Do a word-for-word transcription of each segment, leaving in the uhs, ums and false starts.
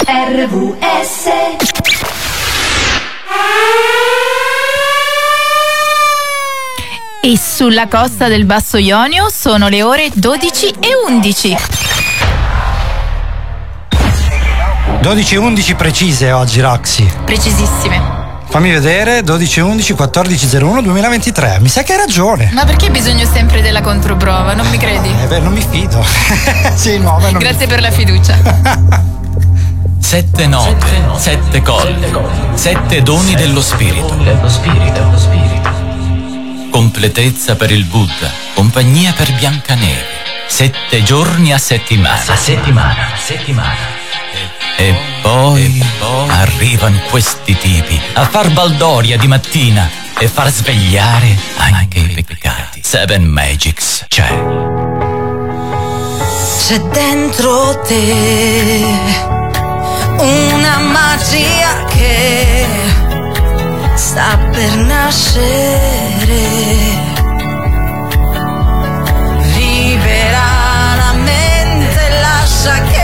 R V S. E sulla costa del Basso Ionio sono le ore dodici e undici. dodici e undici precise oggi, Roxy. Precisissime. Fammi vedere, dodici e undici, quattordici zero uno duemilaventitré. Mi sa che hai ragione. Ma perché hai bisogno sempre della controprova? Non mi credi? Eh beh, non mi fido. Sei nuova. Non Grazie mi per la fiducia. Sette note, sette colli, sette doni dello spirito. Dello spirito, dello spirito. Completezza per il Buddha, compagnia per Biancaneve. Sette giorni a settimana. A settimana, a settimana. E poi, e poi arrivano questi tipi a far baldoria di mattina e far svegliare anche i peccati. Seven Magics c'è. C'è dentro te una magia che sta per nascere. Libera la mente, lascia che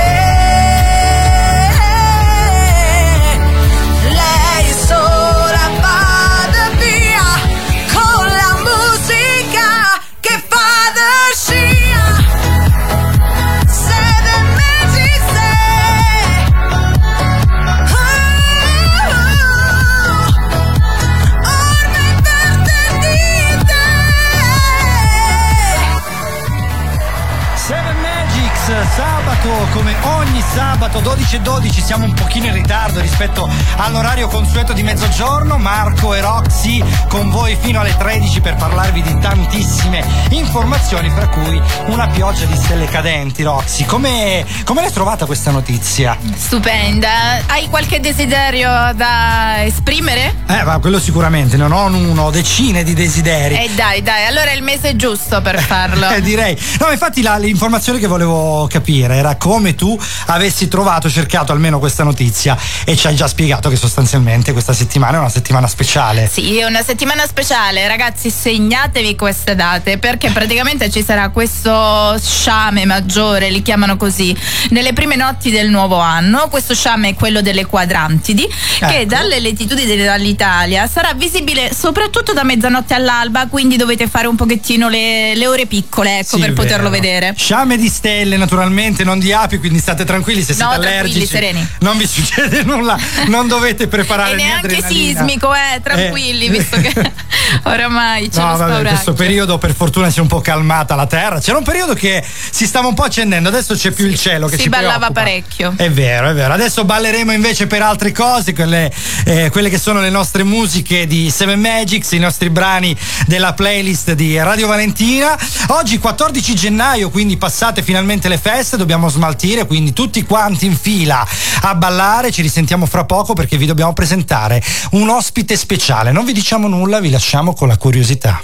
sabato, come ogni sabato dodici e dodici, siamo un pochino in ritardo rispetto all'orario consueto di mezzogiorno. Marco e Roxy con voi fino alle tredici per parlarvi di tantissime informazioni, fra cui una pioggia di stelle cadenti. Roxy, come, come l'hai trovata questa notizia? Stupenda. Hai qualche desiderio da esprimere? Eh, ma quello sicuramente, non ho uno, ho decine di desideri. Eh dai, dai, allora è il mese giusto per farlo. eh, direi. No, infatti la, l'informazione che volevo capire era come tu avessi trovato, cercato almeno questa notizia, e ci hai già spiegato che sostanzialmente questa settimana è una settimana speciale. Sì, è una settimana speciale, ragazzi, segnatevi queste date perché praticamente ci sarà questo sciame maggiore, li chiamano così, nelle prime notti del nuovo anno. Questo sciame è quello delle quadrantidi, ecco, che dalle latitudini dell'Italia sarà visibile soprattutto da mezzanotte all'alba, quindi dovete fare un pochettino le, le ore piccole, ecco, sì, per poterlo vero. vedere. Sciame di stelle, naturalmente, non di api, quindi state tranquilli, se no, siete allergici, sereni. non vi succede nulla, non dovete preparare e neanche adrenalina. sismico, eh, tranquilli, eh. visto che oramai c'è no, lo vabbè, spauracchio. questo periodo per fortuna si è un po' calmata la terra. C'era un periodo che si stava un po' accendendo, adesso c'è più sì, il cielo che si ci ballava preoccupa. parecchio. È vero, è vero. Adesso balleremo invece per altre cose, quelle, eh, quelle che sono le nostre musiche di Seven Magics, i nostri brani della playlist di Radio Valentina. Oggi quattordici gennaio, quindi passate finalmente le feste, dobbiamo smaltire, quindi tutti quanti in fila a ballare. Ci risentiamo fra poco perché vi dobbiamo presentare un ospite speciale. Non vi diciamo nulla, vi lasciamo con la curiosità.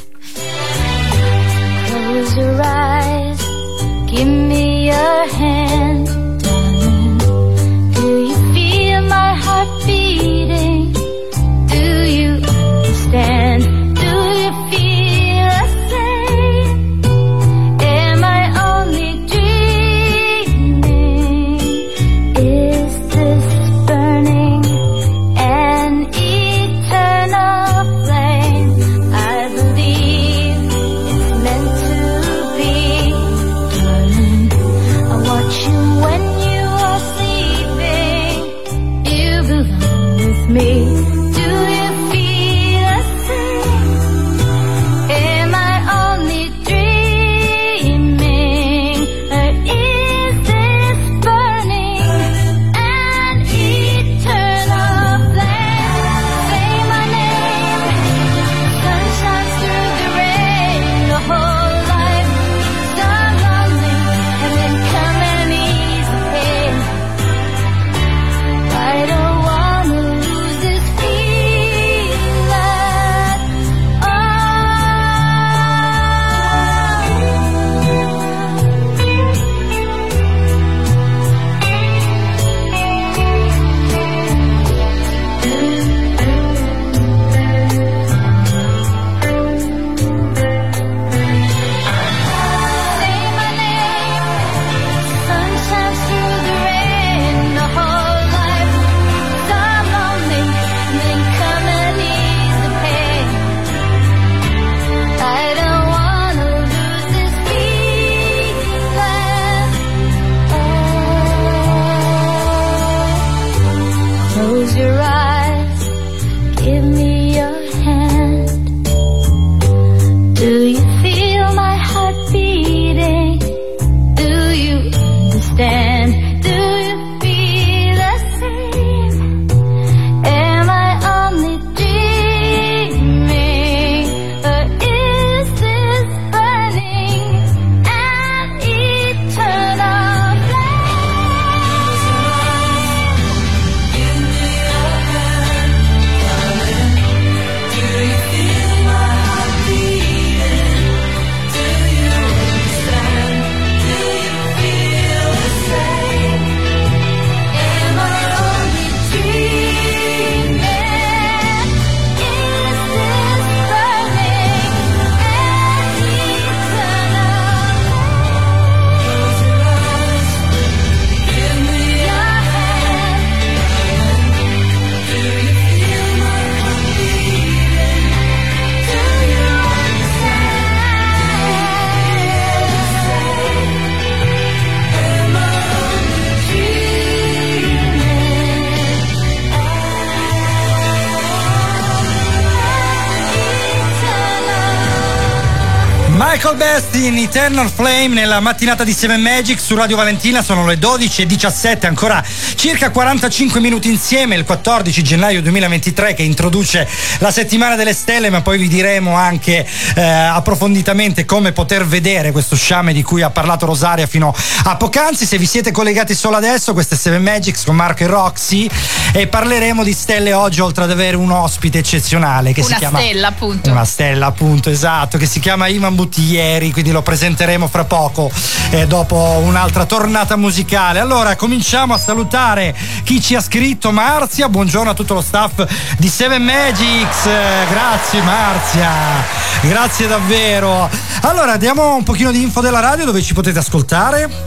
Close your eyes, give me your hand, darling. Do you feel my heart beating? Do you understand? Do you feel the same? Am I only dreaming? Is this burning an eternal flame? I believe it's meant to be, darling. I watch you when you are sleeping. You belong with me. Do you feel the same? Am I only dreaming? Or is this burning an eternal flame? Say my name. Sun shines through the rain. The whole life start lonely, and then come and ease the pain. I don't wanna lose this Close your eyes, give me your hand. Do you feel my heart beating? Do you understand? Do you feel the same? Am I only dreaming? Or is this burning an eternal flame? Give me your hand, darling. Do you feel my heart beating? Do you understand? Do you feel the same? Am I only dreaming? Is this burning an eternal flame? Close your eyes, give me your hand. Do you feel my heart beating? Do you understand? Am I only dreaming? Michael Best in Eternal Flame nella mattinata di Seven Magic su Radio Valentina. Sono le dodici e diciassette, ancora circa quarantacinque minuti insieme, il quattordici gennaio duemilaventitré, che introduce la settimana delle stelle, ma poi vi diremo anche eh, approfonditamente come poter vedere questo sciame di cui ha parlato Rosaria fino a poc'anzi. Se vi siete collegati solo adesso, questo è Seven Magics con Marco e Roxy e parleremo di stelle oggi, oltre ad avere un ospite eccezionale che Una si chiama stella, appunto. Una stella, appunto, esatto, che si chiama Ivan Buttiglieri, quindi lo presenteremo fra poco eh, dopo un'altra tornata musicale. Allora cominciamo a salutare chi ci ha scritto. Marzia, buongiorno a tutto lo staff di Seven Magics, eh, grazie Marzia, grazie davvero. Allora diamo un pochino di info della radio, dove ci potete ascoltare.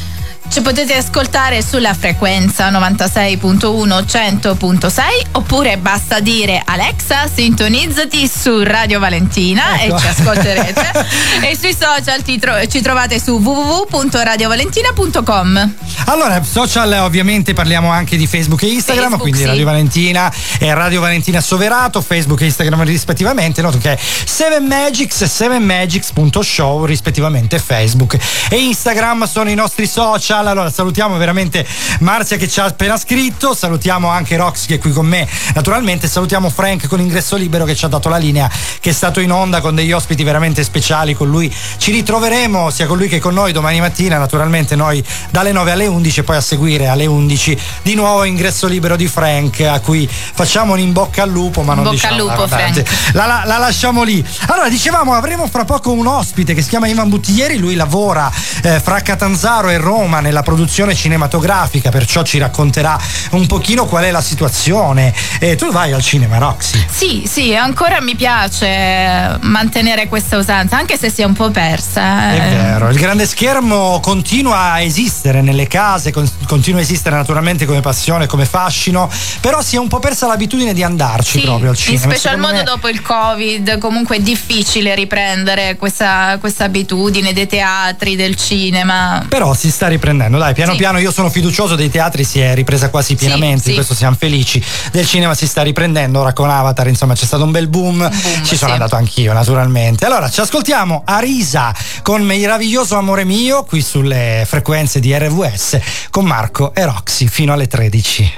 Ci potete ascoltare sulla frequenza novantasei virgola uno cento virgola sei, oppure basta dire Alexa, sintonizzati su Radio Valentina, Ecco. e ci ascolterete. E sui social ti tro- ci trovate su w w w punto radio valentina punto com. Allora, social ovviamente parliamo anche di Facebook e Instagram, Facebook, quindi sì. Radio Valentina e Radio Valentina Soverato, Facebook e Instagram rispettivamente, noto che è Seven Magics e seven magics punto show rispettivamente Facebook e Instagram sono i nostri social. Allora salutiamo veramente Marzia che ci ha appena scritto, salutiamo anche Rox che è qui con me naturalmente, salutiamo Frank con Ingresso Libero che ci ha dato la linea, che è stato in onda con degli ospiti veramente speciali. Con lui ci ritroveremo, sia con lui che con noi domani mattina, naturalmente noi dalle nove alle undici, e poi a seguire alle undici di nuovo Ingresso Libero di Frank, a cui facciamo un in bocca al lupo, ma non Bocca diciamo al lupo, guardate, Frank. la, la, la lasciamo lì. Allora dicevamo avremo fra poco un ospite che si chiama Ivan Buttiglieri, lui lavora eh, fra Catanzaro e Roma nella produzione cinematografica, perciò ci racconterà un pochino qual è la situazione. E tu vai al cinema, Roxy? Sì, sì, ancora mi piace mantenere questa usanza, anche se si è un po' persa. È eh. vero, il grande schermo continua a esistere nelle case, con- continua a esistere naturalmente come passione, come fascino, però si è un po' persa l'abitudine di andarci Sì, proprio al in cinema. special Secondo modo me- dopo il Covid, comunque è difficile riprendere questa, questa abitudine dei teatri, del cinema. Però si sta riprendendo, dai, piano Sì. piano. Io sono fiducioso, dei teatri si è ripresa quasi pienamente, sì. di questo siamo felici. Del cinema si sta riprendendo, ora con Avatar insomma c'è stato un bel boom, boom, ci sono sì. andato anch'io naturalmente. Allora ci ascoltiamo Arisa con Meraviglioso Amore Mio qui sulle frequenze di R V S con Marco e Roxy fino alle tredici.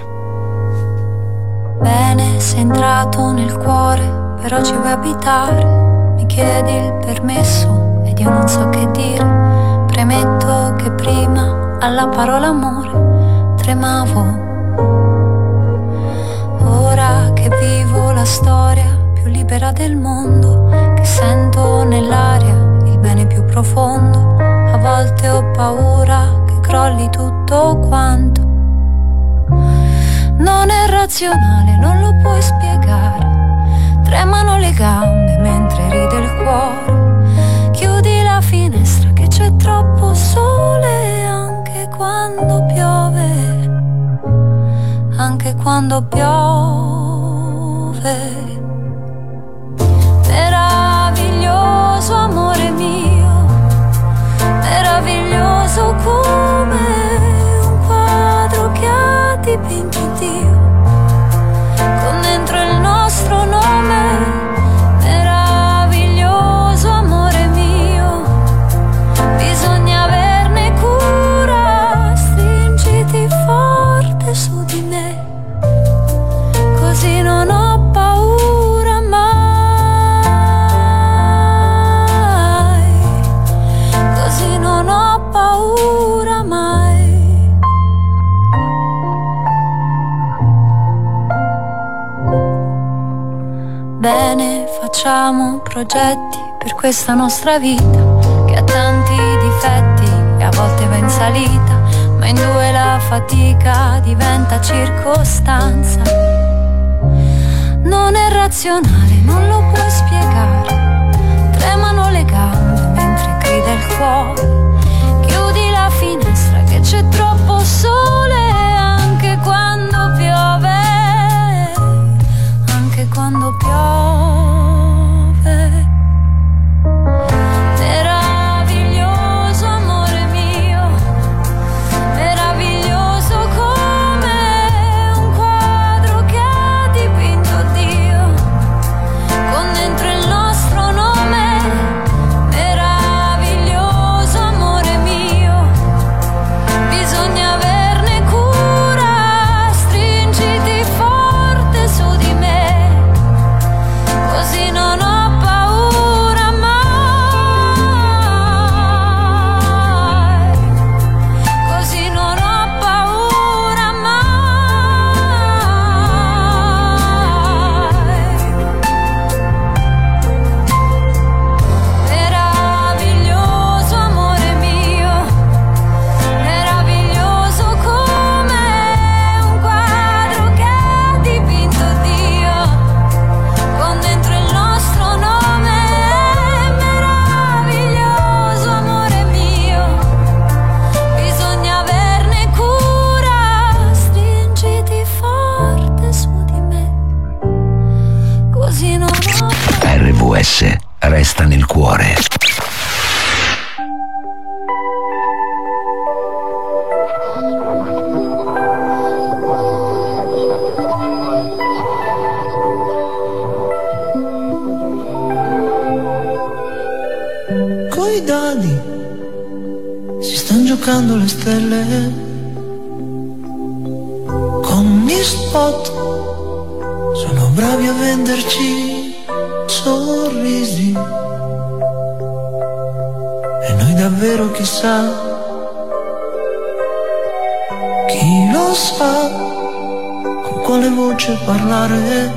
Bene, sei entrato nel cuore, però ci vuoi abitare. Mi chiedi il permesso ed io non so che dire. Premetto che prima alla parola amore tremavo. Ora che vivo la storia più libera del mondo, che sento nell'aria il bene più profondo, a volte ho paura che crolli tutto quanto. Non è razionale, non lo puoi spiegare. Tremano le gambe mentre ride il cuore. Chiudi la finestra che c'è troppo sole, anche quando piove, anche quando piove. Meraviglioso amore mio, meraviglioso come un quadro che ha dipinto Dio. facciamo progetti per questa nostra vita che ha tanti difetti e a volte va in salita, ma in due la fatica diventa circostanza. Non è razionale, non lo puoi spiegare, tremano le gambe mentre grida il cuore. Chiudi la finestra che c'è troppo sole, anche quando piove, anche quando piove. Meraviglioso amore mio, meraviglioso come un quadro che ha dipinto Dio, con dentro il nostro nome. Meraviglioso amore mio, bisogna averne cura, stringiti forte su di me, così non ho paura mai, così non ho paura mai. Meraviglioso amore mio, meraviglioso come un quadro che ha dipinto Dio, con dentro il nostro nome. Meraviglioso amore mio, bisogna averne cura, stringiti forte su di me, così non ho R V S resta nel cuore. Coi dadi si stanno giocando le stelle, con gli spot sono bravi a venderci sorrisi, e noi davvero chissà, chi lo sa con quale voce parlare.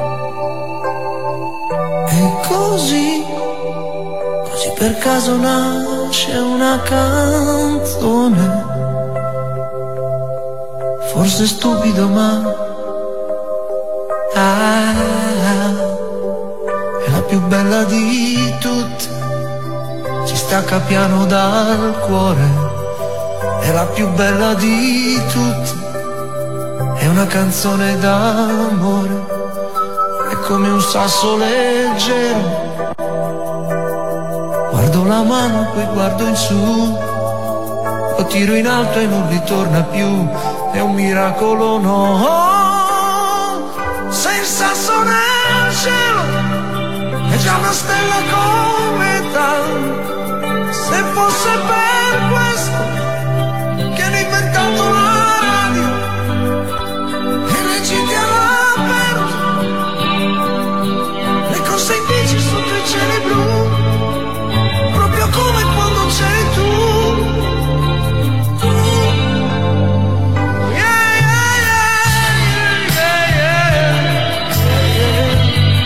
E così, così per caso nasce una canzone, forse stupido ma ah, è la più bella di tutte, si stacca piano dal cuore, è la più bella di tutte, è una canzone d'amore, è come un sasso leggero. Guardo la mano, poi guardo in su, lo tiro in alto e non ritorna più, è un miracolo, no. Se il sasso nel cielo è già una stella come tal, se fosse per questo che hanno inventato la radio e le gite all'aperto, le corse in bici sotto i cieli blu, proprio come quando c'eri tu. Tu. Yeah, yeah, yeah, yeah, yeah,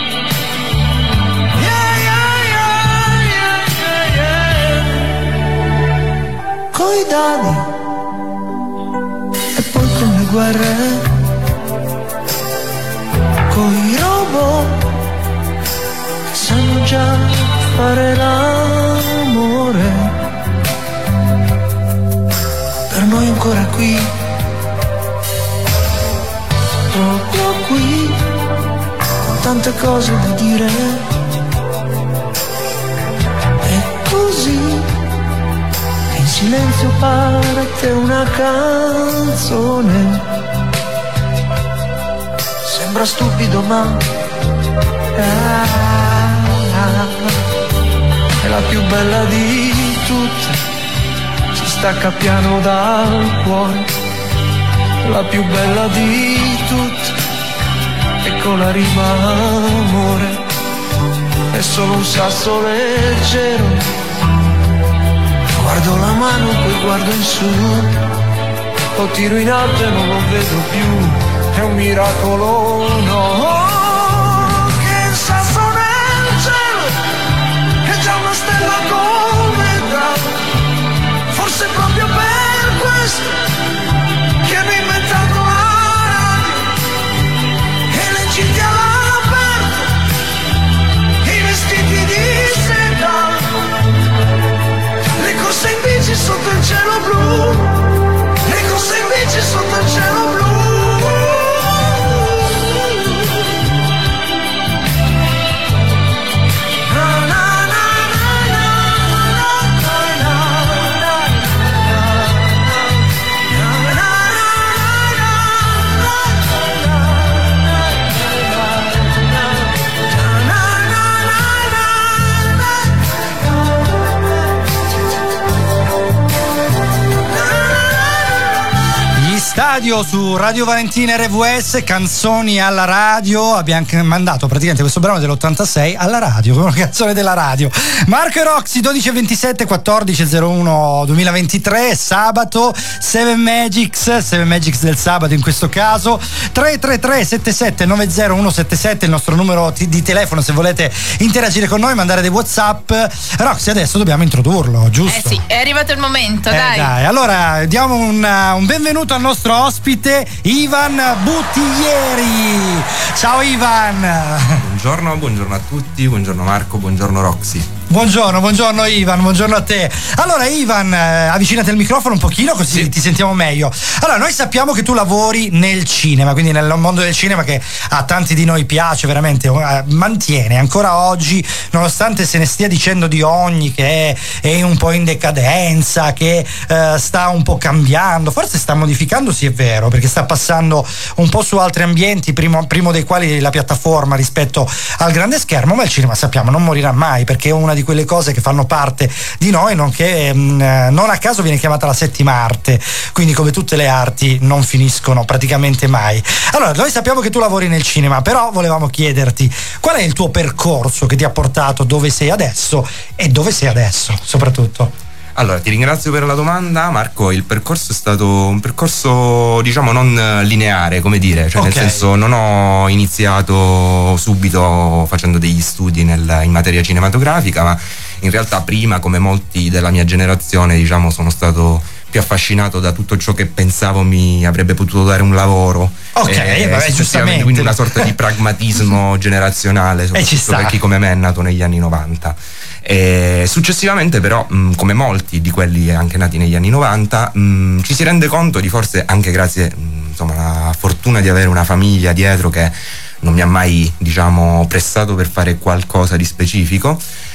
yeah, yeah, yeah, yeah. Coi dadi e poi con le guerre, coi robot che sanno già fare l'amore, per noi ancora qui, proprio qui, con tante cose da dire, e così che in silenzio parte una canzone, sembra stupido ma ah, ah, è la più bella di tutte, si stacca piano dal cuore, è la più bella di tutte, e con la rima amore, è solo un sasso leggero. Guardo la mano, poi guardo in su, lo tiro in alto e non lo vedo più, è un miracolo, no. Che il sasso nel radio su Radio Valentina R V S, canzoni alla radio. Abbiamo mandato praticamente questo brano dell'ottantasei alla radio, una canzone della radio. Marco e Roxy, dodici e ventisette, quattordici zero uno duemilaventitré, sabato, Seven Magics, Seven Magics del sabato in questo caso. Tre tre tre sette sette nove zero uno sette sette il nostro numero t- di telefono se volete interagire con noi, mandare dei WhatsApp. Roxy, adesso dobbiamo introdurlo, giusto? Eh sì, è arrivato il momento, eh dai. dai. Allora diamo un, un benvenuto al nostro ospite Ivan Buttiglieri. Ciao Ivan. Buongiorno, buongiorno a tutti, buongiorno Marco, buongiorno Roxy. Buongiorno, buongiorno Ivan, buongiorno a te. Allora Ivan, eh, avvicinati al microfono un pochino così sì. ti sentiamo meglio. Allora, noi sappiamo che tu lavori nel cinema, quindi nel mondo del cinema che a tanti di noi piace veramente, eh, mantiene ancora oggi, nonostante se ne stia dicendo di ogni che è, è un po' in decadenza, che eh, sta un po' cambiando, forse sta modificandosi, è vero, perché sta passando un po' su altri ambienti, primo, primo dei quali la piattaforma rispetto al grande schermo, ma il cinema sappiamo non morirà mai, perché è una di quelle cose che fanno parte di noi, nonché mh, non a caso viene chiamata la settima arte, quindi come tutte le arti non finiscono praticamente mai. Allora, noi sappiamo che tu lavori nel cinema, però volevamo chiederti qual è il tuo percorso che ti ha portato dove sei adesso e dove sei adesso soprattutto. Allora, ti ringrazio per la domanda, Marco. Il percorso è stato un percorso, diciamo, non lineare, come dire, cioè okay. nel senso non ho iniziato subito facendo degli studi nel, in materia cinematografica, ma in realtà prima, come molti della mia generazione, diciamo, sono stato più affascinato da tutto ciò che pensavo mi avrebbe potuto dare un lavoro. Ok, eh, vabbè, giustamente. Quindi una sorta di pragmatismo generazionale, soprattutto per chi come me è nato negli anni novanta. E successivamente però, mh, come molti di quelli anche nati negli anni novanta, mh, ci si rende conto di, forse anche grazie mh, insomma alla fortuna di avere una famiglia dietro che non mi ha mai, diciamo, pressato per fare qualcosa di specifico,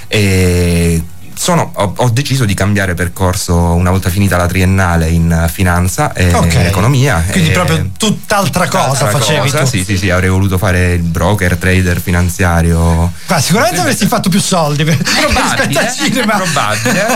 e Sono, ho, ho deciso di cambiare percorso una volta finita la triennale in finanza e okay. in economia. Quindi e proprio tutt'altra cosa facevi cosa, tu. Sì, sì, sì, avrei voluto fare il broker, trader finanziario. Ma sicuramente avresti fatto più soldi per, rispetto al cinema. Probabile,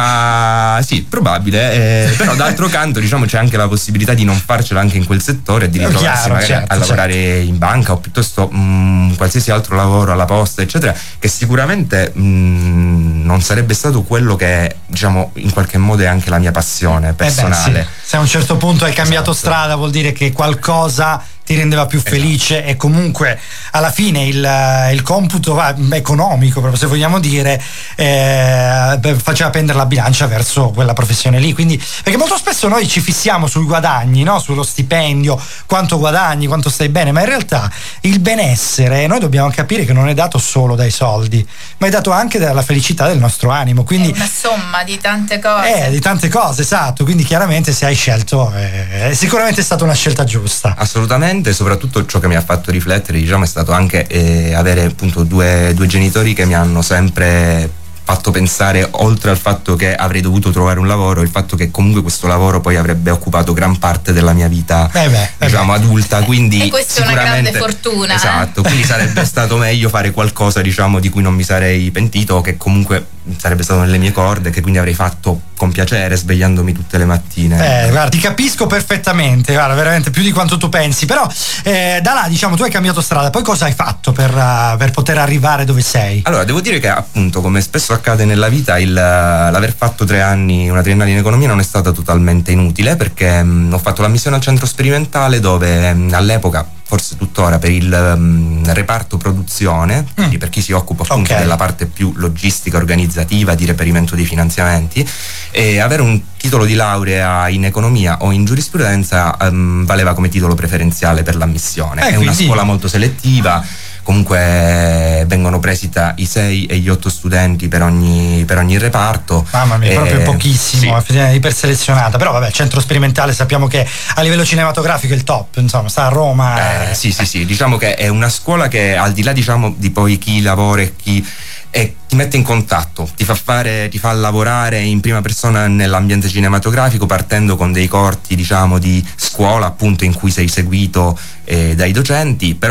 ma sì, probabile. Eh, però d'altro canto, diciamo, c'è anche la possibilità di non farcela anche in quel settore e di ritrovarsi Chiaro, magari certo, a lavorare certo. in banca o piuttosto mh, qualsiasi altro lavoro alla posta, eccetera, che sicuramente mh, non sarebbe stato quello che, diciamo, in qualche modo è anche la mia passione personale. Eh beh, sì. Se a un certo punto hai cambiato esatto. strada, vuol dire che qualcosa ti rendeva più felice esatto. e comunque alla fine il, il computo economico, proprio se vogliamo dire, eh, faceva pendere la bilancia verso quella professione lì. Quindi, perché molto spesso noi ci fissiamo sui guadagni, no? Sullo stipendio, quanto guadagni, quanto stai bene, ma in realtà il benessere noi dobbiamo capire che non è dato solo dai soldi, ma è dato anche dalla felicità del nostro animo. Quindi è una somma di tante cose. Eh, di tante cose, esatto. Quindi chiaramente se hai scelto, eh, è sicuramente è stata una scelta giusta. Assolutamente. Soprattutto ciò che mi ha fatto riflettere, diciamo, è stato anche eh, avere appunto due, due genitori che mi hanno sempre fatto pensare, oltre al fatto che avrei dovuto trovare un lavoro, il fatto che comunque questo lavoro poi avrebbe occupato gran parte della mia vita, eh beh, diciamo, eh beh. adulta, quindi e questa è una grande fortuna. Esatto, eh? Quindi sarebbe stato meglio fare qualcosa, diciamo, di cui non mi sarei pentito, che comunque sarebbe stato nelle mie corde, che quindi avrei fatto con piacere svegliandomi tutte le mattine. Eh, guarda, ti capisco perfettamente, guarda, veramente più di quanto tu pensi. Però eh, da là, diciamo, tu hai cambiato strada, poi cosa hai fatto per, uh, per poter arrivare dove sei? Allora, devo dire che appunto, come spesso accade nella vita, il, l'aver fatto tre anni, una triennale in economia non è stata totalmente inutile, perché mh, ho fatto la missione al centro sperimentale dove mh, all'epoca, forse tuttora, per il um, reparto produzione, quindi mm. per chi si occupa appunto okay. della parte più logistica, organizzativa, di reperimento dei finanziamenti, e avere un titolo di laurea in economia o in giurisprudenza um, valeva come titolo preferenziale per l'ammissione. Eh, è quindi... una scuola molto selettiva. Comunque vengono presi tra i sei e gli otto studenti per ogni, per ogni reparto. Mamma mia, e proprio pochissimo, sì. Iperselezionata. Però vabbè, centro sperimentale sappiamo che a livello cinematografico è il top, insomma, sta a Roma. Eh, sì, sì, sì, diciamo che è una scuola che, al di là, diciamo, di poi chi lavora e chi e ti mette in contatto, ti fa fare, ti fa lavorare in prima persona nell'ambiente cinematografico, partendo con dei corti, diciamo, di scuola, appunto, in cui sei seguito eh, dai docenti, però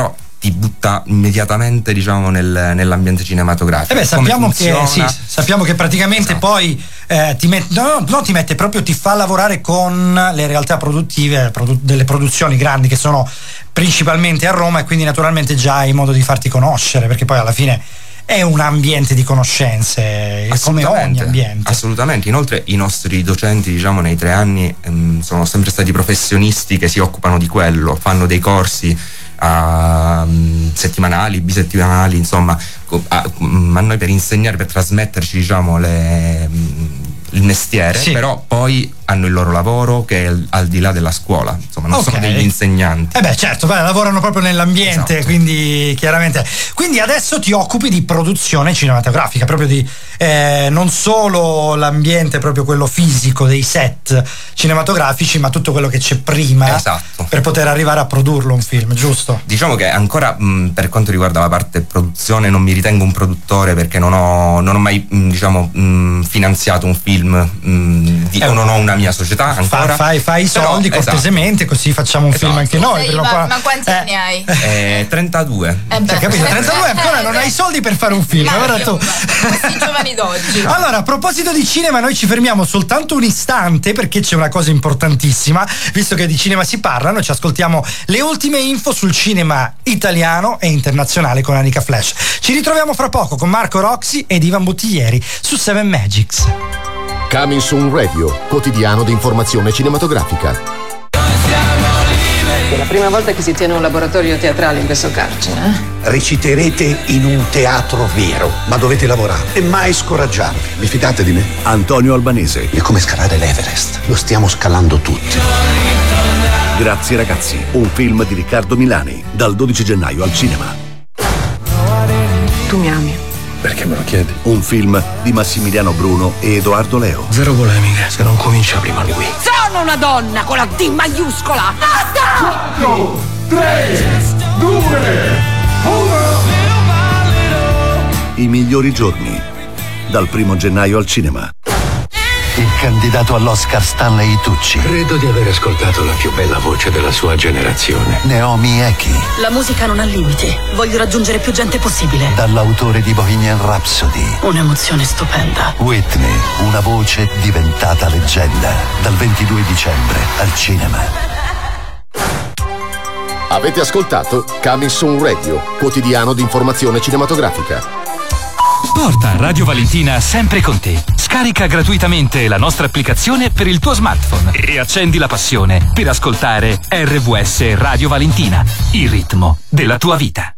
ti butta immediatamente, diciamo, nel, nell'ambiente cinematografico. Eh beh, sappiamo che, sì, sappiamo che praticamente esatto. poi eh, ti mette, no, no, ti mette proprio, ti fa lavorare con le realtà produttive produ- delle produzioni grandi che sono principalmente a Roma, e quindi naturalmente già hai modo di farti conoscere, perché poi alla fine è un ambiente di conoscenze, come ogni ambiente. Assolutamente. Inoltre i nostri docenti, diciamo, nei tre anni ehm, sono sempre stati professionisti che si occupano di quello, fanno dei corsi a, um, settimanali, bisettimanali, insomma, a, um, a noi per insegnare, per trasmetterci, diciamo, le, um, il mestiere, sì. Però poi hanno il loro lavoro che è al di là della scuola, insomma, non okay. sono degli insegnanti. Eh beh, certo, beh, lavorano proprio nell'ambiente, esatto. Quindi chiaramente. Quindi adesso ti occupi di produzione cinematografica, proprio di eh, non solo l'ambiente, proprio quello fisico dei set cinematografici, ma tutto quello che c'è prima, esatto. Per poter arrivare a produrlo un film, giusto? Diciamo che ancora mh, per quanto riguarda la parte produzione non mi ritengo un produttore, perché non ho, non ho mai mh, diciamo mh, finanziato un film, mh, di, eh, o non ho una mia società ancora. Fai, fai i soldi, però, cortesemente, esatto. Così facciamo un esatto. film anche noi. Sei, ma, ma quanti eh, anni hai? Eh, trentadue. Eh beh. Cioè, capito? trentadue ancora non hai i soldi per fare un film. Allora tu. Questi giovani d'oggi. Allora, a proposito di cinema, noi ci fermiamo soltanto un istante, perché c'è una cosa importantissima, visto che di cinema si parla. Noi ci ascoltiamo le ultime info sul cinema italiano e internazionale con Anica Flash. Ci ritroviamo fra poco con Marco Roxy ed Ivan Bottiglieri su Seven Magics. Coming Soon Radio, quotidiano di informazione cinematografica. È la prima volta che si tiene un laboratorio teatrale in questo carcere, eh? Reciterete in un teatro vero, ma dovete lavorare e mai scoraggiarvi. Vi fidate di me? Antonio Albanese. È come scalare l'Everest, lo stiamo scalando tutti. Grazie ragazzi, un film di Riccardo Milani, dal dodici gennaio al cinema. Tu mi ami? Perché me lo chiedi? Un film di Massimiliano Bruno e Edoardo Leo. Zero polemiche, se non comincia prima lui. Sono una donna con la D maiuscola! Basta! quattro, tre, due, uno. I migliori giorni, dal primo gennaio al cinema. Il candidato all'Oscar Stanley Tucci. Credo di aver ascoltato la più bella voce della sua generazione. Naomi Eki. La musica non ha limiti. Voglio raggiungere più gente possibile. Dall'autore di Bohemian Rhapsody. Un'emozione stupenda. Whitney, una voce diventata leggenda. Dal ventidue dicembre al cinema. Avete ascoltato Coming Soon Radio, quotidiano di informazione cinematografica. Porta Radio Valentina sempre con te. Scarica gratuitamente la nostra applicazione per il tuo smartphone e accendi la passione per ascoltare R V S Radio Valentina, il ritmo della tua vita.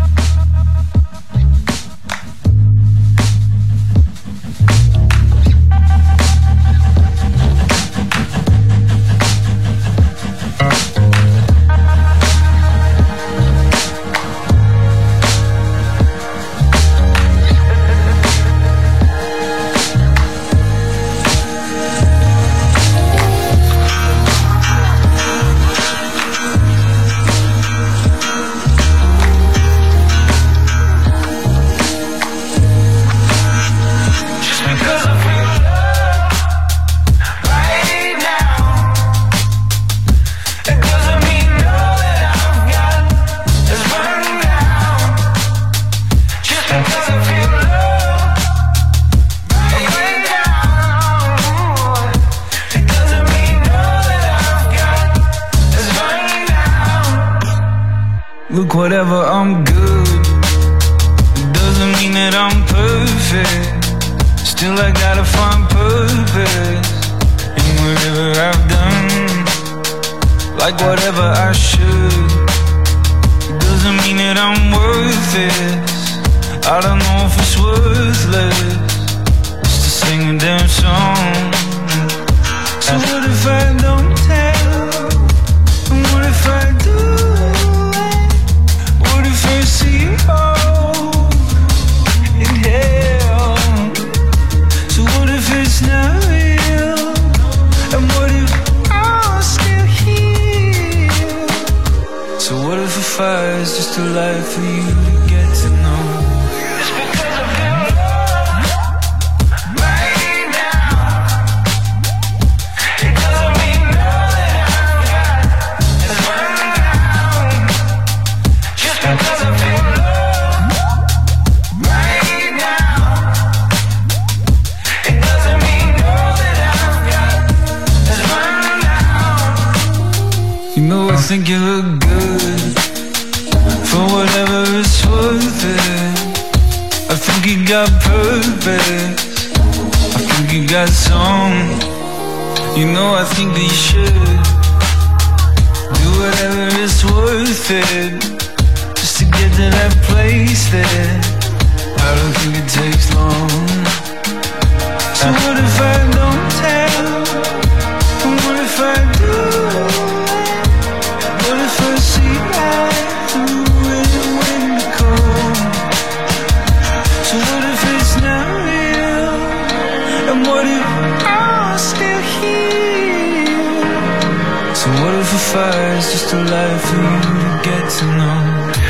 Look, whatever, I'm good. It doesn't mean that I'm perfect. Still, I gotta find purpose in whatever I've done. Like whatever I should. It doesn't mean that I'm worth it. I don't know if it's worthless just to sing a damn song. So what if I don't tell? And what if I do? What if I see you all in hell? So what if it's not real? And what if I'm still here? So what if a fire is just a light for you to get to know? It's because of your love right now. It doesn't mean all that I've got is running out. Just because think you look good for whatever it's worth it. I think you got purpose, I think you got song. You know I think that you should do whatever it's worth it, just to get to that place there. I don't think it takes long. So what if I don't tell? And what if I do? What if I see right through it when it comes? So what if it's not real? And what if I'm still here? So what if a fire is just a life for you to get to know?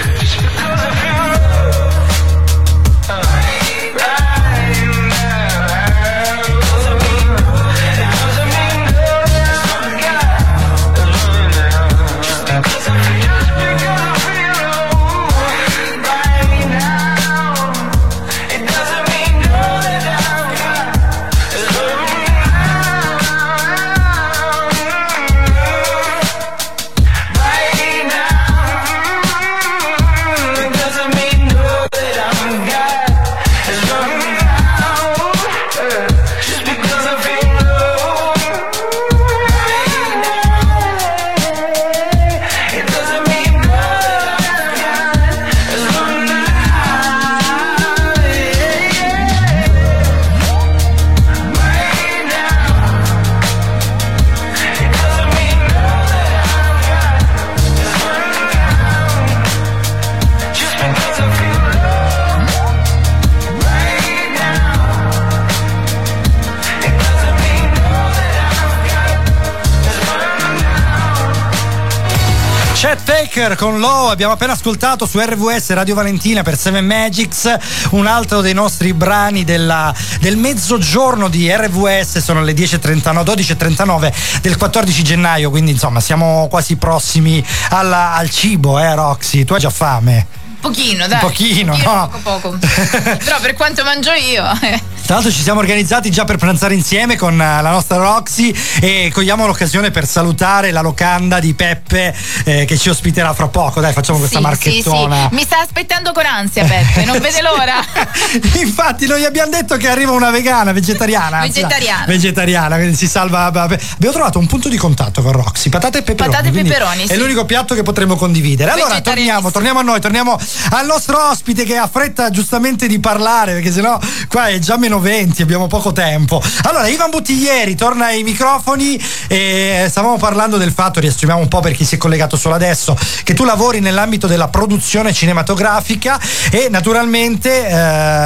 Con Low abbiamo appena ascoltato su R V S Radio Valentina per Seven Magics, un altro dei nostri brani della, del mezzogiorno di R V S. Sono le dieci e trentanove, dodici e trentanove del quattordici gennaio, quindi insomma siamo quasi prossimi alla, al cibo, eh Roxy? Tu hai già fame? Pochino, dai. Un pochino, pochino no? Poco, poco. Però per quanto mangio io. Tra l'altro ci siamo organizzati già per pranzare insieme con la nostra Roxy e cogliamo l'occasione per salutare la locanda di Peppe eh, che ci ospiterà fra poco. Dai, facciamo questa sì, marchettona. Sì, sì. Mi sta aspettando con ansia Peppe, non vede l'ora. Infatti noi abbiamo detto che arriva una vegana, vegetariana. Vegetariana. Anzi, vegetariana, quindi si salva. Abbiamo trovato un punto di contatto con Roxy, patate e peperoni. Patate e peperoni, sì. È l'unico piatto che potremo condividere. Allora torniamo, torniamo a noi, torniamo al nostro ospite che ha fretta giustamente di parlare, perché sennò qua è già meno venti, abbiamo poco tempo. Allora, Ivan Buttiglieri torna ai microfoni e stavamo parlando del fatto, riassumiamo un po' per chi si è collegato solo adesso, che tu lavori nell'ambito della produzione cinematografica e naturalmente eh,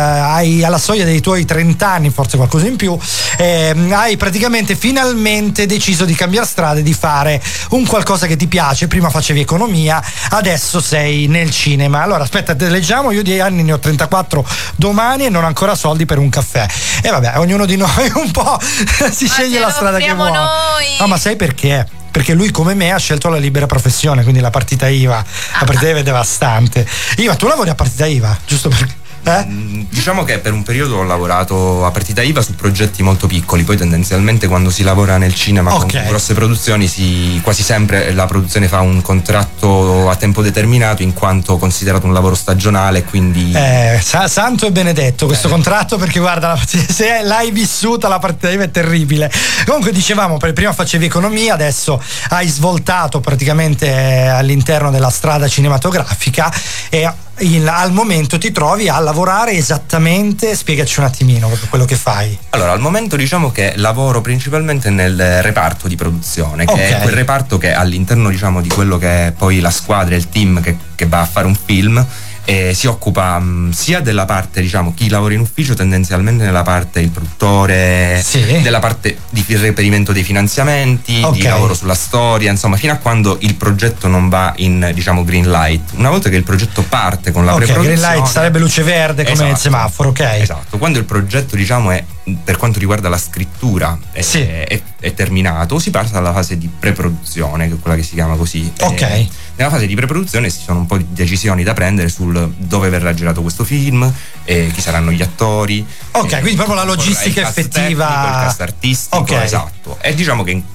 hai alla soglia dei tuoi trenta anni, forse qualcosa in più, eh, hai praticamente finalmente deciso di cambiare strada e di fare un qualcosa che ti piace. Prima facevi economia, adesso sei nel cinema. Allora aspetta, te leggiamo, io di anni ne ho trentaquattro domani e non ho ancora soldi per un caffè. E vabbè, ognuno di noi un po' si ma sceglie la strada che vuole. Noi. No, ma sai perché? Perché lui come me ha scelto la libera professione, quindi la partita I V A. La partita I V A è devastante. Iva, tu lavori a partita I V A, giusto perché? Eh? Diciamo che per un periodo ho lavorato a partita I V A su progetti molto piccoli, poi tendenzialmente quando si lavora nel cinema okay. con grosse produzioni si, quasi sempre la produzione fa un contratto a tempo determinato in quanto considerato un lavoro stagionale, quindi eh, sa- santo e benedetto questo eh. contratto, perché guarda, se l'hai vissuta la partita I V A è terribile. Comunque dicevamo, prima facevi economia, adesso hai svoltato praticamente all'interno della strada cinematografica e In, al momento ti trovi a lavorare esattamente, spiegaci un attimino quello che fai. Allora, al momento diciamo che lavoro principalmente nel reparto di produzione, che okay. è quel reparto che all'interno diciamo di quello che è poi la squadra, il team che, che va a fare un film, e si occupa mh, sia della parte, diciamo, chi lavora in ufficio tendenzialmente nella parte il produttore, sì. della parte di reperimento dei finanziamenti, okay. di lavoro sulla storia, insomma, fino a quando il progetto non va in, diciamo, green light. Una volta che il progetto parte con la okay, preproduzione, green light sarebbe luce verde come esatto, il semaforo, ok. Esatto, quando il progetto, diciamo, è, per quanto riguarda la scrittura è, sì. è, è, è terminato, si passa alla fase di preproduzione, che è quella che si chiama così. Ok. E nella fase di preproduzione ci sono un po' di decisioni da prendere sul dove verrà girato questo film, e chi saranno gli attori. Ok, e, quindi proprio la logistica il cast effettiva. tecnico, il cast artistico, okay. esatto. E diciamo che in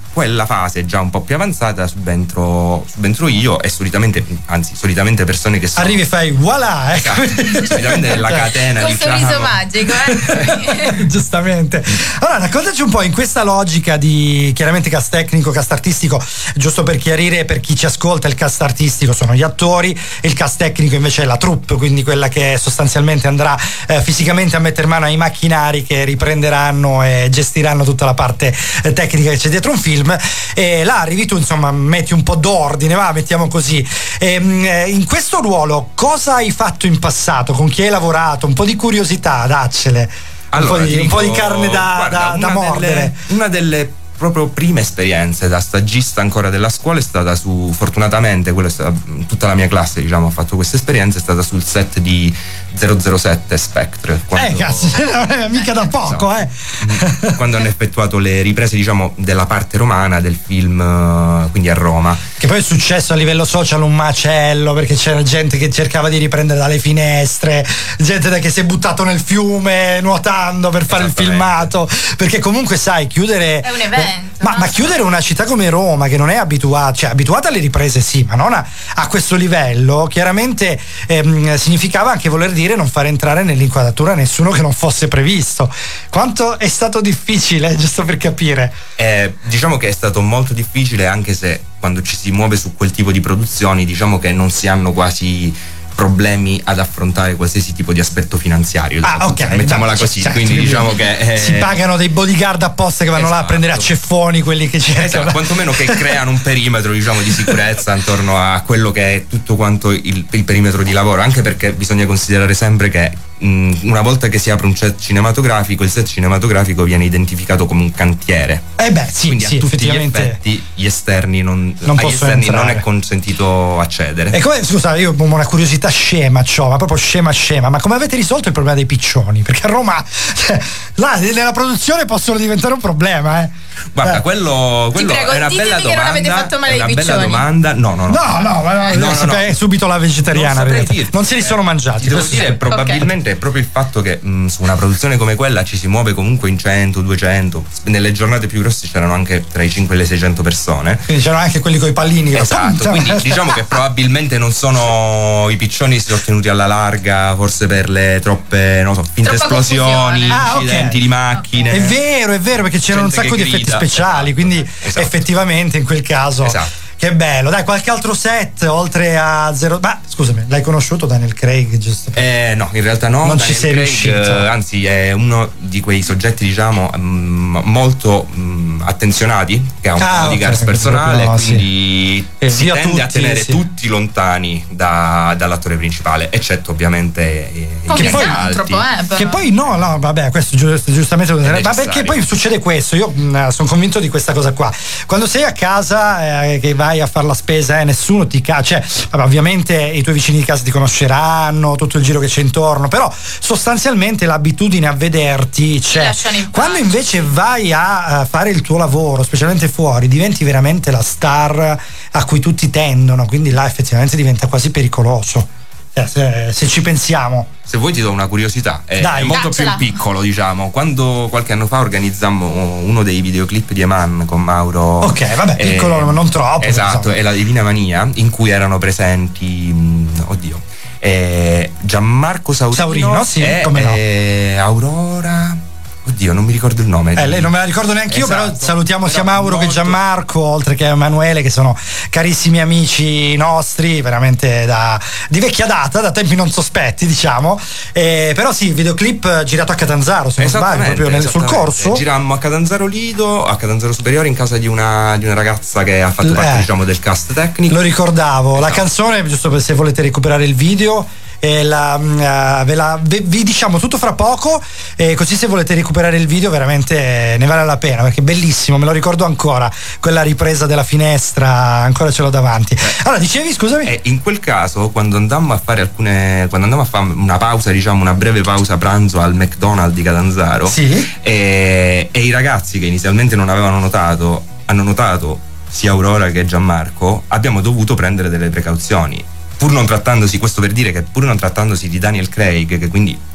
quella fase già un po' più avanzata subentro, subentro io e solitamente, anzi solitamente persone che sono... Arrivi e fai voilà, ecco. Esatto, solitamente nella catena col diciamo. sorriso magico, eh? Giustamente. Allora raccontaci un po' in questa logica di chiaramente cast tecnico, cast artistico, giusto per chiarire per chi ci ascolta, il cast artistico sono gli attori e il cast tecnico invece è la troupe, quindi quella che sostanzialmente andrà eh, fisicamente a mettere mano ai macchinari che riprenderanno e gestiranno tutta la parte eh, tecnica che c'è dietro un film. E là arrivi tu, insomma, metti un po' d'ordine, va, mettiamo così. E, in questo ruolo cosa hai fatto in passato? Con chi hai lavorato? Un po' di curiosità, daccele. Allora, un, po di, dico, un po' di carne da, guarda, da, da mordere. Delle, una delle proprio prime esperienze da stagista ancora della scuola è stata su, fortunatamente, quella è stata, tutta la mia classe diciamo ha fatto questa esperienza, è stata sul set di zero zero sette Spectre. Quando, eh cazzo, mica da poco, eh. Quando hanno effettuato le riprese diciamo della parte romana del film, quindi a Roma. Che poi è successo a livello social un macello, perché c'era gente che cercava di riprendere dalle finestre, gente che si è buttato nel fiume nuotando per fare il filmato, perché comunque sai, chiudere è un evento. Ma, no? ma chiudere una città come Roma, che non è abituata, cioè abituata alle riprese sì, ma non a, a questo livello, chiaramente ehm, significava anche voler dire non fare entrare nell'inquadratura nessuno che non fosse previsto. Quanto è stato difficile, giusto per capire? Eh, diciamo che è stato molto difficile, anche se quando ci si muove su quel tipo di produzioni diciamo che non si hanno quasi problemi ad affrontare qualsiasi tipo di aspetto finanziario. Ah, ok, mettiamola da, così. certo, quindi diciamo che eh, si pagano dei bodyguard apposta che vanno esatto. là a prendere a ceffoni quelli che cercano. Esatto, quantomeno che creano un perimetro diciamo di sicurezza intorno a quello che è tutto quanto il, il perimetro di lavoro, anche perché bisogna considerare sempre che mh, una volta che si apre un set cinematografico, il set cinematografico viene identificato come un cantiere. Eh beh, sì, quindi sì, a tutti gli effettivamente effetti gli esterni non, non agli esterni entrare. non è consentito accedere. E come, scusa, io ho una curiosità scema, c'ho, ma proprio scema scema, ma come avete risolto il problema dei piccioni? Perché a Roma, cioè, là nella produzione possono diventare un problema, eh. Guarda, eh. quello, quello prego, è una bella che domanda. Non avete fatto male è una ai bella piccioni. domanda. No, no, no. No, no, ma no, no, no. È subito la vegetariana. Non, non se li sono mangiati. Ti devo dire, sì. probabilmente okay. è proprio il fatto che mh, su una produzione come quella ci si muove comunque in cento, duecento. Nelle giornate più grosse c'erano anche tra i cinque e le seicento persone. Quindi c'erano anche quelli coi pallini. Esatto, quindi diciamo che probabilmente non sono i piccioni si sono ottenuti alla larga, forse per le troppe, non so, finte Troppa esplosioni, ah, incidenti okay. di macchine. È vero, è vero, perché c'erano un sacco di effetti speciali, quindi esatto. effettivamente in quel caso esatto. Che bello, dai, qualche altro set oltre a zero. Ma scusami, l'hai conosciuto Daniel Craig, giusto? Eh, no, in realtà no. Non Daniel ci sei Craig, riuscito. Eh, anzi, è uno di quei soggetti, diciamo, mh, molto mh, attenzionati, che ha un ah, po' di okay, gas personale, no, quindi sì. si tende tutti, a tenere sì. tutti lontani da, dall'attore principale, eccetto ovviamente i, che poi, alti. Eh, che poi no, no, vabbè, questo giust- giustamente lo direi. Ma perché poi succede questo? Io sono convinto di questa cosa qua. Quando sei a casa eh, che vai a fare la spesa, Eh, nessuno ti ca- cioè, vabbè, ovviamente i tuoi vicini di casa ti conosceranno, tutto il giro che c'è intorno, però sostanzialmente l'abitudine a vederti c'è. Quando invece vai a, a fare il tuo lavoro, specialmente fuori, diventi veramente la star a cui tutti tendono, quindi là effettivamente diventa quasi pericoloso. Eh, se, se ci pensiamo. Se vuoi ti do una curiosità, è, Dai, è molto daccela. più piccolo, diciamo. Quando qualche anno fa organizzammo uno dei videoclip di Eman con Mauro. Ok, vabbè, piccolo, ma non troppo. Esatto, e la Divina Mania, in cui erano presenti, mh, oddio, eh, Gianmarco Saurino, Saurino sì, e come no. eh, Aurora. Oddio, non mi ricordo il nome. Eh, lei non me la ricordo neanche io, esatto. però salutiamo Però sia Mauro molto... che Gianmarco, oltre che Emanuele, che sono carissimi amici nostri, veramente da, di vecchia data, da tempi non sospetti, diciamo. Eh, però sì, videoclip girato a Catanzaro, se non sbaglio, proprio nel, sul corso. Girammo a Catanzaro Lido, a Catanzaro Superiore, in casa di una, di una ragazza che ha fatto parte, eh, diciamo, del cast tecnico. Lo ricordavo, esatto. La canzone, giusto per se volete recuperare il video. E la, uh, ve la ve, vi diciamo tutto fra poco, e così se volete recuperare il video veramente ne vale la pena, perché è bellissimo, me lo ricordo ancora, quella ripresa della finestra, ancora ce l'ho davanti. Allora dicevi, scusami? E in quel caso, quando andammo a fare alcune quando andammo a fare una pausa, diciamo una breve pausa pranzo al McDonald's di Catanzaro, sì? e, e i ragazzi che inizialmente non avevano notato hanno notato sia Aurora che Gianmarco, abbiamo dovuto prendere delle precauzioni. Pur non trattandosi, questo per dire che pur non trattandosi di Daniel Craig, che quindi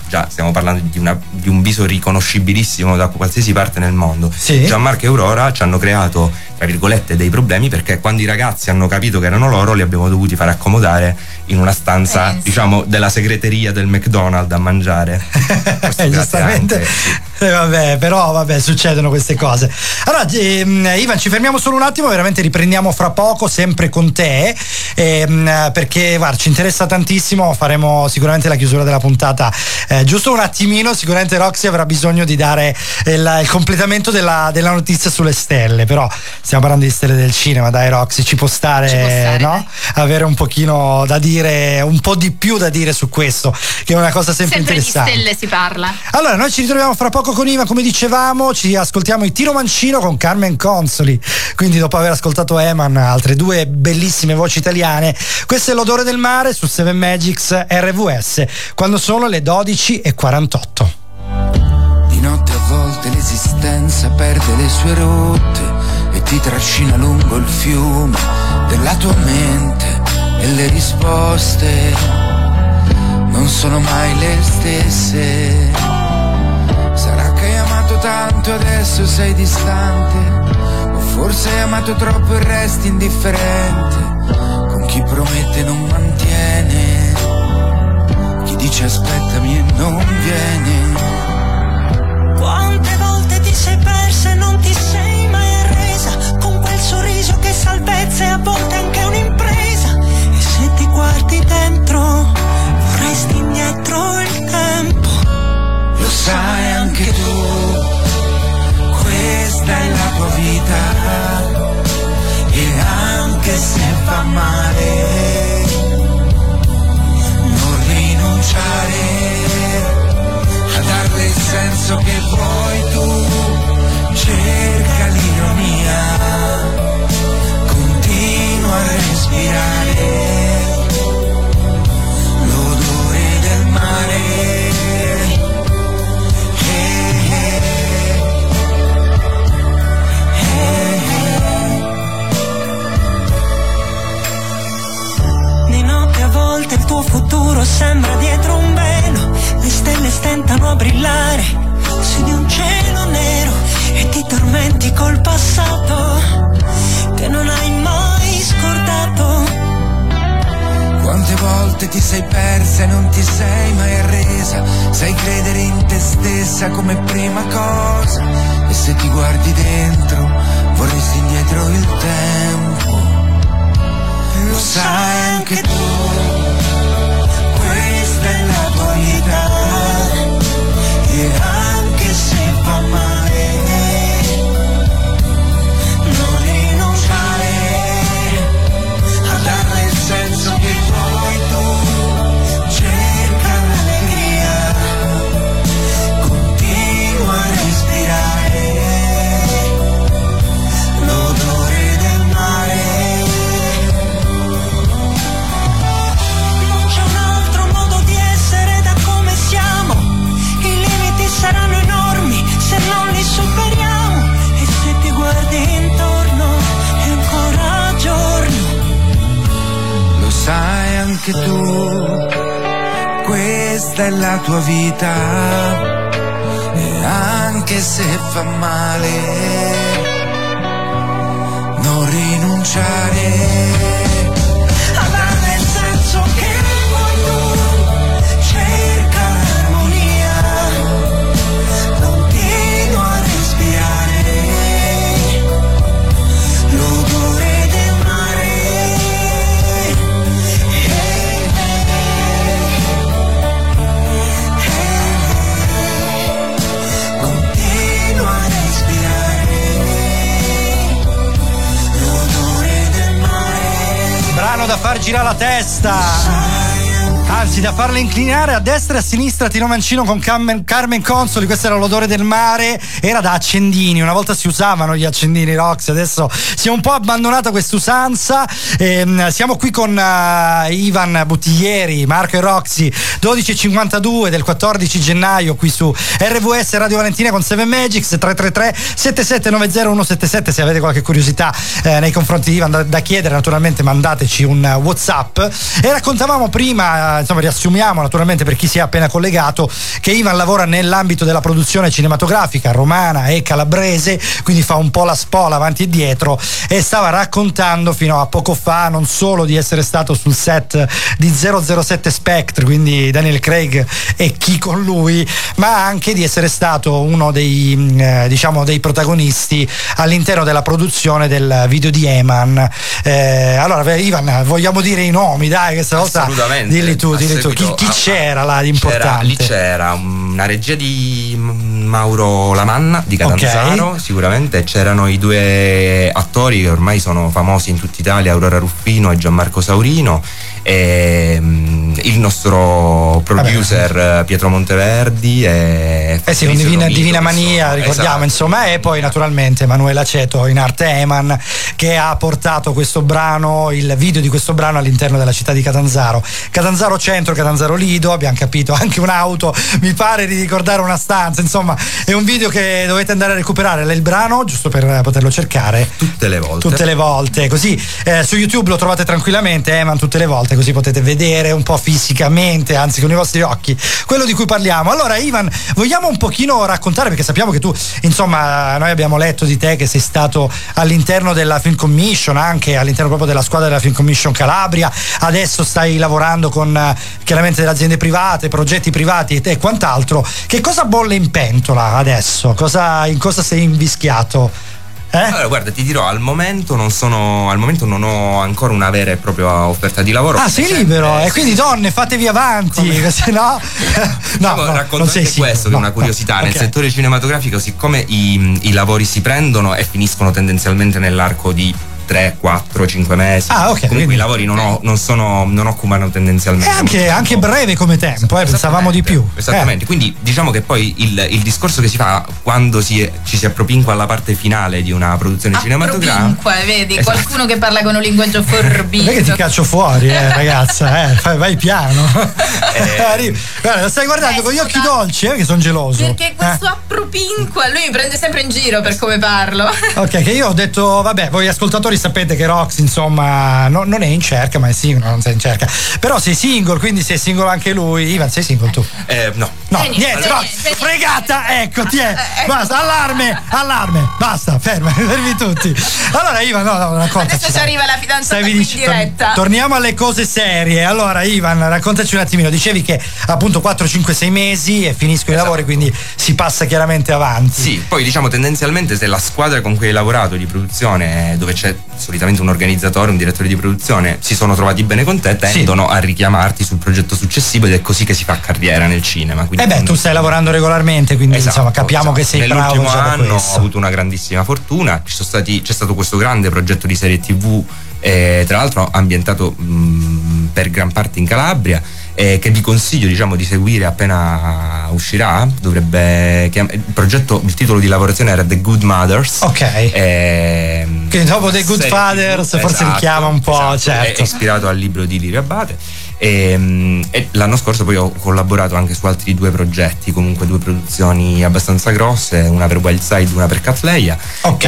già stiamo parlando di, una, di un viso riconoscibilissimo da qualsiasi parte nel mondo. Sì. Gianmarco e Aurora ci hanno creato, tra virgolette, dei problemi, perché quando i ragazzi hanno capito che erano loro li abbiamo dovuti fare accomodare in una stanza, Pensi. diciamo, della segreteria del McDonald's a mangiare. Giustamente. Eh, vabbè, però vabbè, succedono queste cose. Allora, ehm, Ivan, ci fermiamo solo un attimo, veramente riprendiamo fra poco, sempre con te, ehm, perché guarda, ci interessa tantissimo, faremo sicuramente la chiusura della puntata eh, giusto un attimino, sicuramente Roxy avrà bisogno di dare il, il completamento della, della notizia sulle stelle, però stiamo parlando di stelle del cinema, dai Roxy, ci può stare, ci può stare no? Avere un pochino da dire, un po' di più da dire su questo, che è una cosa sempre, sempre interessante. Sempre di stelle si parla. Allora, noi ci ritroviamo fra poco con Ivan, come dicevamo, ci ascoltiamo i Tiro Mancino con Carmen Consoli, quindi dopo aver ascoltato Eman, altre due bellissime voci italiane, questo è L'odore del mare su Seven Magics R V S, quando sono le dodici e quarantotto. Di notte a volte l'esistenza perde le sue rotte e ti trascina lungo il fiume della tua mente, e le risposte non sono mai le stesse. Sarà che hai amato tanto e adesso sei distante, o forse hai amato troppo e resti indifferente. Con chi promette non mantiene, chi dice aspettami e non viene. Quante volte ti sei persa e non ti sei mai arresa, con quel sorriso che salvezza e a volte anche un'impresa. E se ti guardi dentro vorresti indietro il tempo. Lo sai anche tu, questa è la tua vita, e anche se fa male non rinunciare a darle il senso che vuoi tu. Cerca l'ironia, continua a respirare l'odore del mare. Il tuo futuro sembra dietro un velo, le stelle stentano a brillare su di un cielo nero, e ti tormenti col passato che non hai mai scordato. Quante volte ti sei persa e non ti sei mai arresa, sai credere in te stessa come prima cosa, e se ti guardi dentro vorresti indietro il tempo. Lo sai anche tu, questa è la tua vita, e anche se fa male non rinunciare a darle il senso che vuoi tu. Cerca l'allegria, continua a respirare l'odore del mare. Saranno enormi se non li superiamo, e se ti guardi intorno è ancora giorno. Lo sai anche tu, questa è la tua vita, e anche se fa male non rinunciare a darle il senso che vuoi tu. Cerca l'armonia, l'odore del mare. Continua a respirare l'odore del mare. Brano da far girare la testa, anzi da farle inclinare a destra e a sinistra. Tiro Mancino con Carmen, Carmen Consoli, questo era L'odore del mare, era da accendini, una volta si usavano gli accendini Roxy, adesso si è un po' abbandonata questa usanza. Ehm, siamo qui con uh, Ivan Buttiglieri, Marco e Roxy, dodici e cinquantadue del quattordici gennaio qui su R V S Radio Valentina con Seven Magics. Tre tre tre sette sette nove zero uno sette sette, se avete qualche curiosità eh, nei confronti di Ivan da, da chiedere, naturalmente mandateci un uh, WhatsApp. E raccontavamo prima insomma riassumiamo naturalmente per chi si è appena collegato che Ivan lavora nell'ambito della produzione cinematografica romana e calabrese, quindi fa un po' la spola avanti e dietro, e stava raccontando fino a poco fa non solo di essere stato sul set di zero zero sette Spectre, quindi Daniel Craig e chi con lui, ma anche di essere stato uno dei eh, diciamo dei protagonisti all'interno della produzione del video di Eman. Eh, allora Ivan, vogliamo dire i nomi, dai, questa volta assolutamente, dilli tu, dilli tu. Chi, chi c'era là di importante? C'era, lì c'era una regia di Mauro Lamanna di Catanzaro, okay. Sicuramente c'erano i due attori che ormai sono famosi in tutta Italia, Aurora Ruffino e Gianmarco Saurino, e um, il nostro producer Vabbè. Pietro Monteverdi e eh sì, Divina, Divina Mania, sono, ricordiamo, esatto. Insomma, e poi naturalmente Emanuele Aceto in arte Eman, che ha portato questo brano, il video di questo brano all'interno della città di Catanzaro, Catanzaro Centro, Catanzaro Lido, abbiamo capito, anche un'auto, mi pare di ricordare una stanza, insomma è un video che dovete andare a recuperare, il brano, giusto per poterlo cercare tutte le volte tutte le volte così eh, su YouTube lo trovate tranquillamente, Eman tutte le volte, così potete vedere un po' fisicamente, anzi con i vostri occhi, quello di cui parliamo. Allora Ivan, vogliamo un pochino raccontare, perché sappiamo che tu, insomma, noi abbiamo letto di te che sei stato all'interno della Film Commission, anche all'interno proprio della squadra della Film Commission Calabria, adesso stai lavorando con chiaramente delle aziende private, progetti privati e quant'altro. Che cosa bolle in pentola adesso? Cosa, in cosa sei invischiato? Eh? Allora guarda, ti dirò, al momento non sono al momento non ho ancora una vera e propria offerta di lavoro. Ah, sei libero, e eh, quindi donne, fatevi avanti, se no, no, no, racconto anche questo, che è una curiosità, no, nel okay. settore cinematografico, siccome i, i lavori si prendono e finiscono tendenzialmente nell'arco di tre, quattro, cinque mesi. Ah, ok. Comunque quindi i lavori non, ho, non sono non occupano tendenzialmente. È anche, anche breve come tempo, eh, pensavamo di più. Esattamente. Eh. Quindi diciamo che poi il, il discorso che si fa quando si, ci si appropinqua alla parte finale di una produzione cinematografica. Vedi, esatto. Qualcuno che parla con un linguaggio forbito. Perché ti caccio fuori, eh, ragazza, eh, vai, vai piano. Eh. Guarda, lo stai guardando con gli occhi dolci, eh, che sono geloso. Perché questo eh. appropinqua, lui mi prende sempre in giro per come parlo. Ok, che io ho detto, vabbè, voi ascoltatori sapete che Rox insomma no, non è in cerca, ma è single, non sei in cerca, però sei single, quindi sei single anche lui. Ivan, sei single tu? Eh, no. No, eh, niente, allora, no, fregata, eccoti, eh. Basta, allarme, allarme, basta, ferma, fermi tutti. Allora Ivan, no, no, raccontaci. Adesso ci arriva la fidanzata qui in diretta. Tor- torniamo alle cose serie. Allora Ivan, raccontaci un attimino, dicevi che appunto quattro, cinque, sei mesi e finiscono esatto. i lavori, quindi si passa chiaramente avanti. Sì, poi diciamo tendenzialmente se la squadra con cui hai lavorato di produzione, dove c'è solitamente un organizzatore, un direttore di produzione, si sono trovati bene con te, tendono sì. a richiamarti sul progetto successivo, ed è così che si fa carriera nel cinema. Eh beh, tu stai lavorando regolarmente, quindi esatto, insomma capiamo esatto. che sei Nell'ultimo bravo. Nell'ultimo anno ho avuto una grandissima fortuna, ci sono stati, c'è stato questo grande progetto di serie tivù, eh, tra l'altro ambientato mh, per gran parte in Calabria, eh, che vi consiglio diciamo di seguire appena uscirà. Dovrebbe chiam- il progetto, il titolo di lavorazione era The Good Mothers, ok, eh, che dopo The Good Fathers tivù, forse esatto, richiama un po', esatto, certo, è ispirato al libro di Lirio Abate. E, e l'anno scorso poi ho collaborato anche su altri due progetti, comunque due produzioni abbastanza grosse, una per Wildside, una per Catleya. Ok.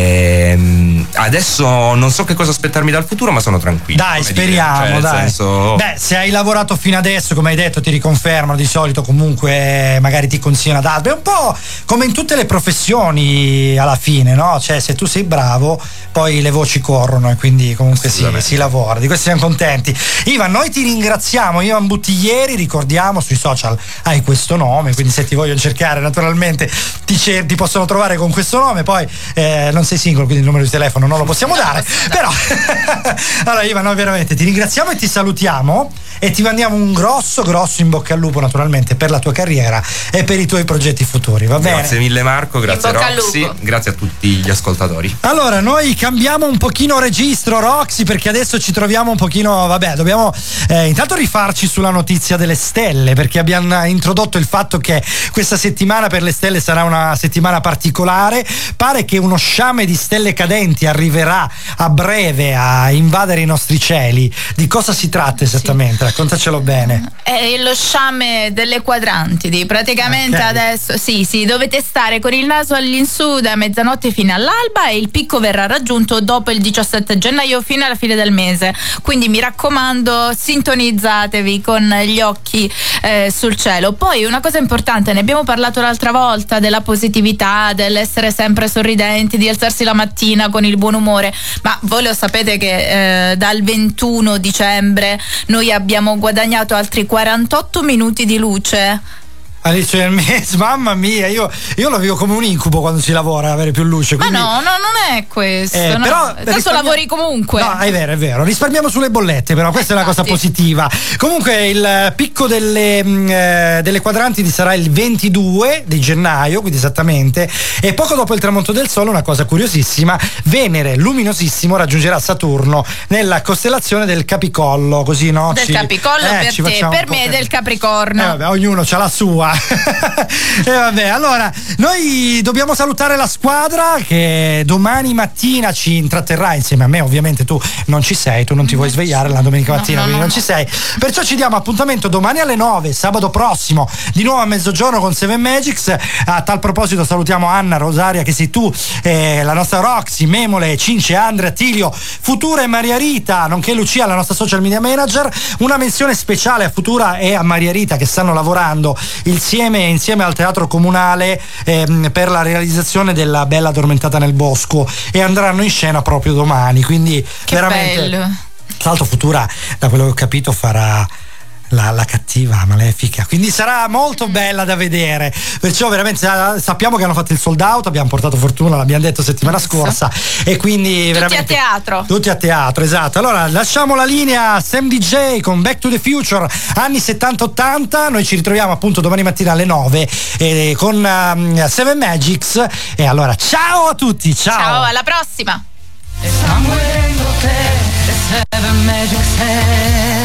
E, adesso non so che cosa aspettarmi dal futuro, ma sono tranquillo. Dai, speriamo, dire. Cioè, dai. Senso... Beh, se hai lavorato fino adesso, come hai detto, ti riconfermano, di solito comunque magari ti consigliano ad altri. È un po' come in tutte le professioni alla fine, no? Cioè, se tu sei bravo, poi le voci corrono e quindi comunque si, si lavora. Di questo siamo contenti. Ivan, noi ti ringraziamo. Ivan Buttiglieri, ricordiamo, sui social hai questo nome, quindi se ti vogliono cercare naturalmente ti, cer- ti possono trovare con questo nome. Poi eh, non sei single, quindi il numero di telefono non lo possiamo no, dare, però allora Ivan, noi veramente ti ringraziamo e ti salutiamo e ti mandiamo un grosso grosso in bocca al lupo naturalmente per la tua carriera e per i tuoi progetti futuri, va bene? Grazie mille Marco, grazie Roxy, grazie a tutti gli ascoltatori. Allora noi cambiamo un pochino registro, Roxy, perché adesso ci troviamo un pochino, vabbè, dobbiamo eh, intanto rifarci sulla notizia delle stelle, perché abbiamo introdotto il fatto che questa settimana per le stelle sarà una settimana particolare. Pare che uno sciame di stelle cadenti arriverà a breve a invadere i nostri cieli. Di cosa si tratta esattamente? Sì. raccontacelo bene. È lo sciame delle quadrantidi, praticamente okay. Adesso sì sì dovete stare con il naso all'insù da mezzanotte fino all'alba e il picco verrà raggiunto dopo il diciassette gennaio fino alla fine del mese, quindi mi raccomando sintonizzatevi con gli occhi eh, sul cielo. Poi una cosa importante, ne abbiamo parlato l'altra volta, della positività, dell'essere sempre sorridenti, di alzarsi la mattina con il buon umore, ma voi lo sapete che eh, dal ventuno dicembre noi abbiamo guadagnato altri quarantotto minuti di luce. All'inizio del mese, mamma mia, io, io lo vivo come un incubo quando si lavora, avere più luce. Quindi... Ma no, no, non è questo. Eh, no. Però tanto risparmi... lavori comunque. No, è vero, è vero. Risparmiamo sulle bollette, però questa eh, è una cosa positiva. Comunque il picco delle, mh, delle quadrantidi sarà il ventidue di gennaio, quindi esattamente. E poco dopo il tramonto del sole, una cosa curiosissima, Venere luminosissimo raggiungerà Saturno nella costellazione del Capicollo, così no? Del ci... Capicollo eh, per te, per me è del Capricorno. Eh, vabbè, ognuno ha la sua. E vabbè, allora noi dobbiamo salutare la squadra che domani mattina ci intratterrà insieme a me. Ovviamente tu non ci sei, tu non ti vuoi svegliare la domenica mattina, no, no, quindi no, non ci sei. Perciò ci diamo appuntamento domani alle nove, sabato prossimo, di nuovo a mezzogiorno con Seven Magics. A tal proposito salutiamo Anna, Rosaria, che sei tu, eh, la nostra Roxy, Memole, Cince, Andrea, Tilio, Futura e Maria Rita, nonché Lucia, la nostra social media manager. Una menzione speciale a Futura e a Maria Rita che stanno lavorando insieme insieme al Teatro Comunale ehm, per la realizzazione della Bella addormentata nel bosco, e andranno in scena proprio domani, quindi che veramente bello. Tra l'altro Futura, da quello che ho capito, farà La, la cattiva malefica, quindi sarà molto bella da vedere. Perciò veramente sappiamo che hanno fatto il sold out, abbiamo portato fortuna, l'abbiamo detto settimana scorsa, e quindi tutti veramente a teatro tutti a teatro, esatto. Allora lasciamo la linea a Sam D J con Back to the Future anni settanta ottanta. Noi ci ritroviamo appunto domani mattina alle nove eh, con um, Seven Magics, e allora ciao a tutti, ciao, ciao, alla prossima. Seven Magics.